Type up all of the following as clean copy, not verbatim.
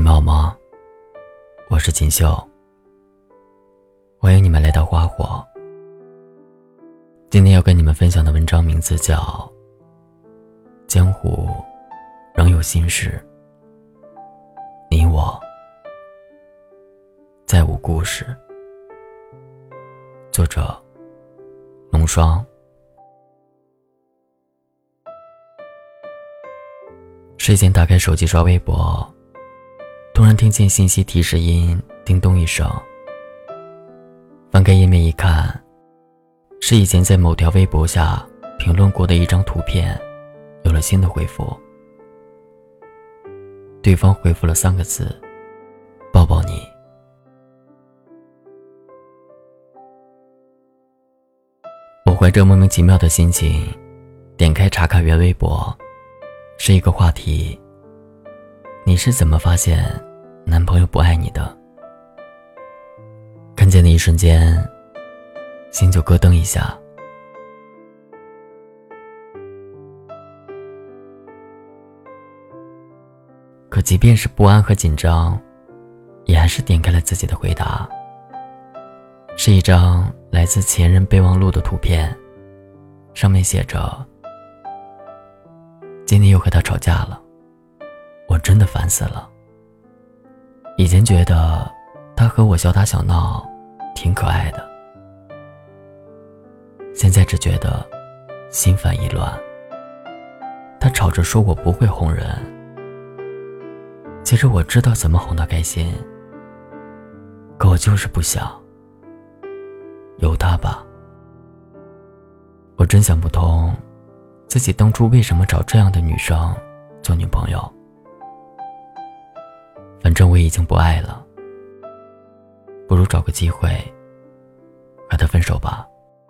们好吗？我是锦绣，欢迎你们来到花火。今天要跟你们分享的文章名字叫《江湖仍有心事，你我再无故事》，作者龙霜。睡前打开手机刷微博，突然听见信息提示音叮咚一声，翻开页面一看，是以前在某条微博下评论过的一张图片有了新的回复。对方回复了3个字：抱抱你。我怀着莫名其妙的心情点开查看原微博，是一个话题：你是怎么发现男朋友不爱你的？看见的一瞬间，心就咯噔一下。可即便是不安和紧张，也还是点开了自己的回答。是一张来自前任备忘录的图片，上面写着：今天又和他吵架了，我真的烦死了。以前觉得他和我小打小闹挺可爱的，现在只觉得心烦意乱。他吵着说我不会哄人，其实我知道怎么哄他开心，可我就是不想。由他吧。我真想不通自己当初为什么找这样的女生做女朋友。反正我已经不爱了，不如找个机会和他分手吧。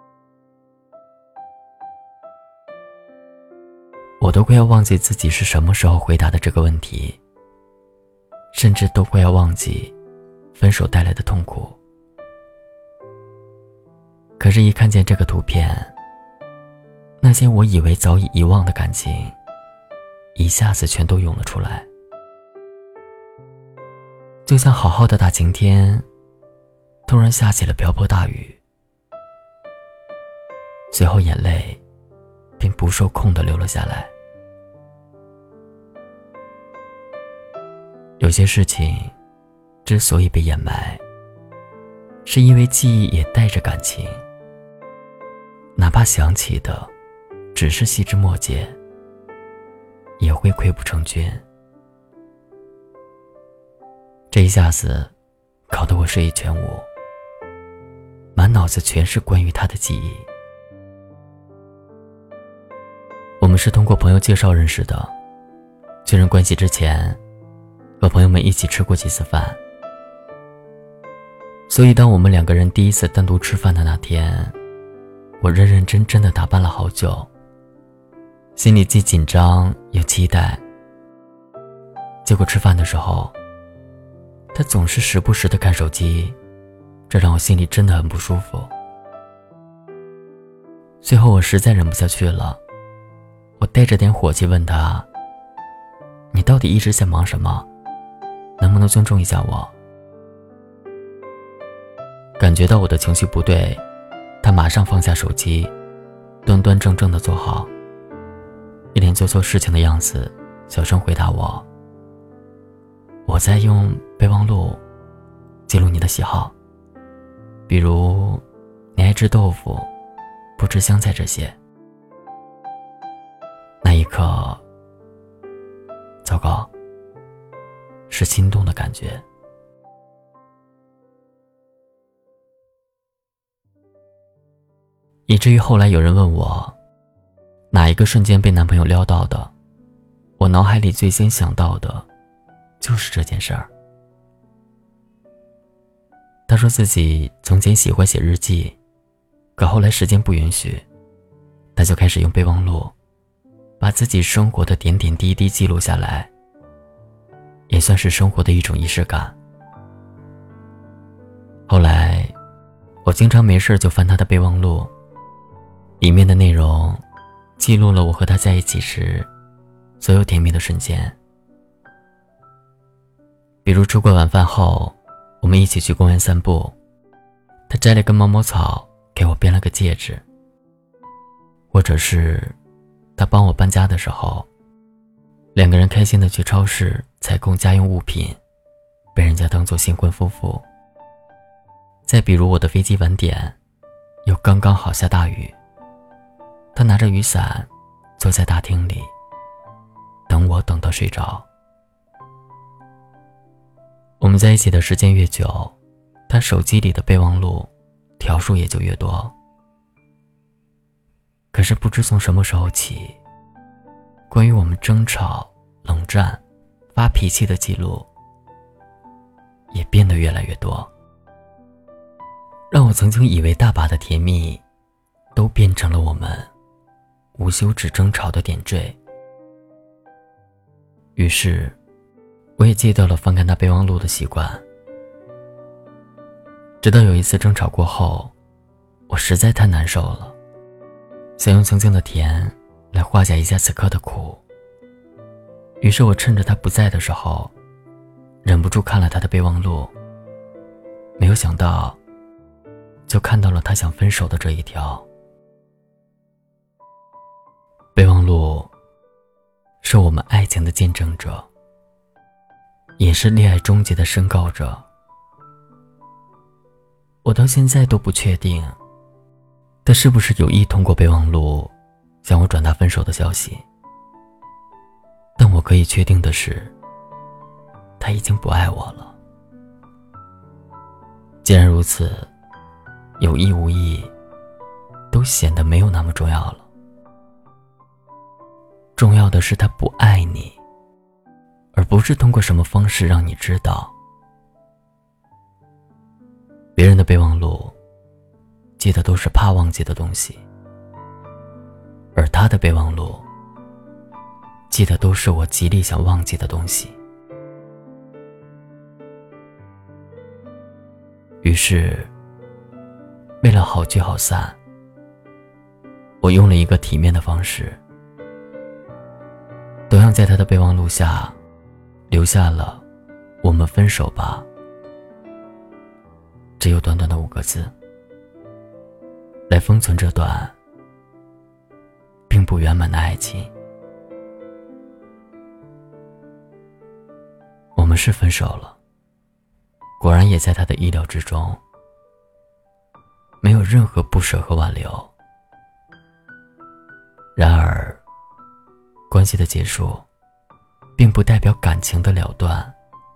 我都快要忘记自己是什么时候回答的这个问题，甚至都快要忘记分手带来的痛苦。可是一看见这个图片，那些我以为早已遗忘的感情一下子全都涌了出来，就像好好的大晴天突然下起了瓢泼大雨，随后眼泪便不受控地流了下来。有些事情之所以被掩埋，是因为记忆也带着感情，哪怕想起的只是细枝末节，也会溃不成军。这一下子搞得我睡意全无，满脑子全是关于他的记忆。我们是通过朋友介绍认识的，确认关系之前和朋友们一起吃过几次饭，所以当我们2个人第一次单独吃饭的那天，我认认真真的打扮了好久，心里既紧张又期待。结果吃饭的时候，他总是时不时地看手机，这让我心里真的很不舒服。最后我实在忍不下去了，我带着点火气问他：你到底一直在忙什么？能不能尊重一下我？感觉到我的情绪不对，他马上放下手机，端端正正地坐好，一脸做错事情的样子，小声回答我：我在用备忘录记录你的喜好，比如你爱吃豆腐，不吃香菜这些。那一刻，糟糕，是心动的感觉。以至于后来有人问我，哪一个瞬间被男朋友撩到的，我脑海里最先想到的就是这件事儿。他说自己从前喜欢写日记，可后来时间不允许，他就开始用备忘录把自己生活的点点滴滴记录下来，也算是生活的一种仪式感。后来我经常没事就翻他的备忘录，里面的内容记录了我和他在一起时所有甜蜜的瞬间。 比如吃过晚饭后，我们一起去公园散步，他摘了根毛毛草给我编了个戒指。或者是他帮我搬家的时候，两个人开心地去超市采购家用物品，被人家当作新婚夫妇。再比如我的飞机晚点，又刚刚好下大雨，他拿着雨伞坐在大厅里，等我等到睡着。我们在一起的时间越久，他手机里的备忘录条数也就越多。可是不知从什么时候起，关于我们争吵、冷战、发脾气的记录也变得越来越多，让我曾经以为大把的甜蜜都变成了我们无休止争吵的点缀。于是我也戒掉了翻看他备忘录的习惯。直到有一次争吵过后，我实在太难受了，想用曾经的甜来化解一下此刻的苦。于是我趁着他不在的时候，忍不住看了他的备忘录，没有想到就看到了他想分手的这一条。备忘录是我们爱情的见证者，也是恋爱终结的宣告者。我到现在都不确定他是不是有意通过备忘录向我转达分手的消息，但我可以确定的是，他已经不爱我了。既然如此，有意无意都显得没有那么重要了。重要的是他不爱你，而不是通过什么方式让你知道。别人的备忘录记得都是怕忘记的东西，而他的备忘录记得都是我极力想忘记的东西。于是为了好聚好散，我用了一个体面的方式，同样在他的备忘录下留下了我们分手吧，只有短短的5个字，来封存这段并不圆满的爱情。我们是分手了，果然也在他的意料之中，没有任何不舍和挽留。然而关系的结束并不代表感情的了断。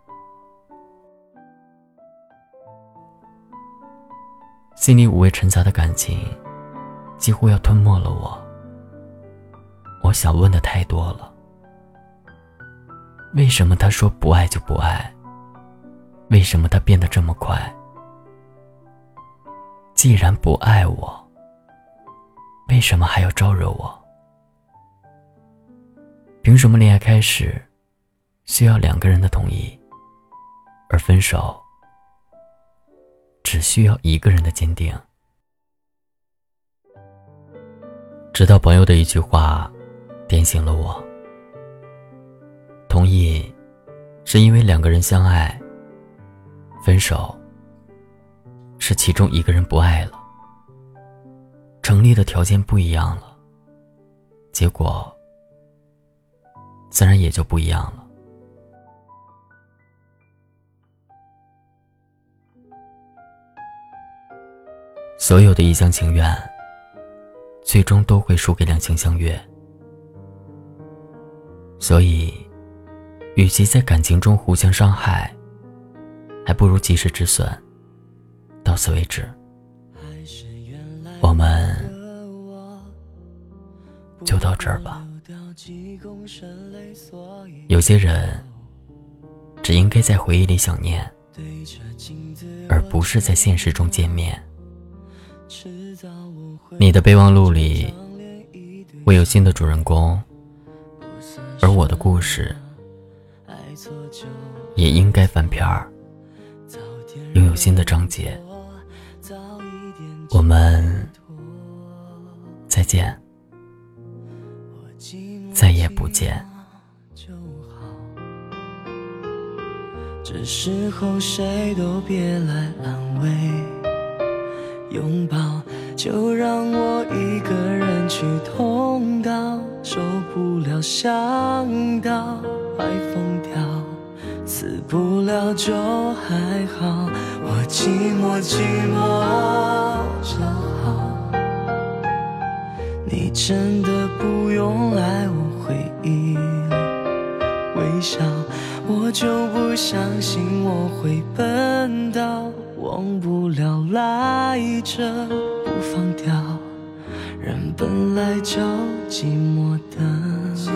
心里五味陈杂的感情几乎要吞没了我。我想问的太多了，为什么他说不爱就不爱？为什么他变得这么快？既然不爱我，为什么还要招惹我？凭什么恋爱开始需要2个人的同意，而分手只需要1个人的坚定？直到朋友的一句话点醒了我，同意是因为2个人相爱，分手是其中1个人不爱了，成立的条件不一样了，结果自然也就不一样了。所有的一厢情愿最终都会输给两情相悦，所以与其在感情中互相伤害，还不如及时止损，到此为止。我们就到这儿吧。有些人只应该在回忆里想念，而不是在现实中见面。你的备忘录里会有新的主人公，而我的故事也应该翻篇儿，拥有新的章节。我们再见，再也不见。 这时候谁都别来安慰，拥抱就让我一个人去痛到受不了，想到快疯掉，死不了就还好，我寂寞寂寞就好。你真的不用来我回忆里微笑，我就不相信我会笨到忘不了赖着不放掉。人本来就寂寞的，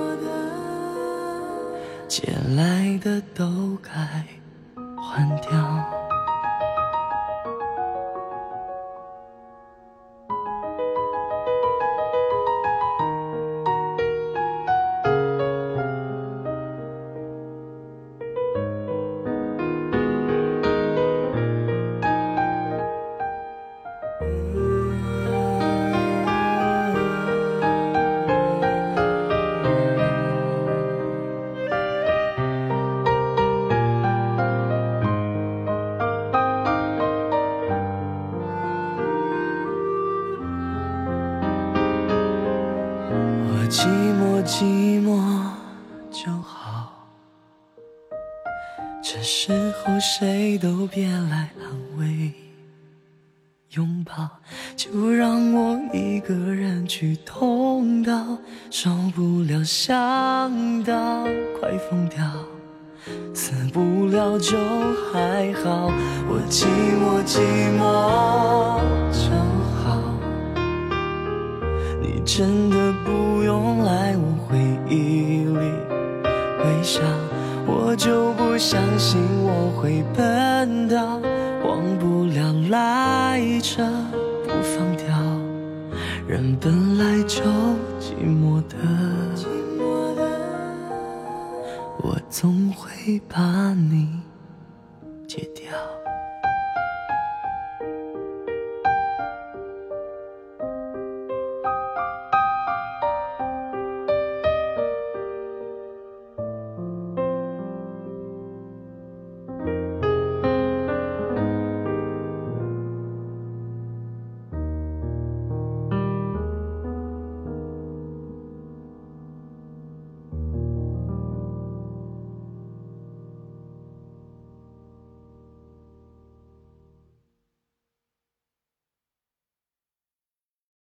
借来的都该还掉。寂寞寂寞就好，这时候谁都别来安慰，拥抱就让我一个人去痛到受不了，想到快疯掉，死不了就还好，我寂寞寂寞就好。你真的不用来我回忆里微笑，我就不相信我会笨到忘不了赖着不放掉。人本来就寂寞的，我总会把你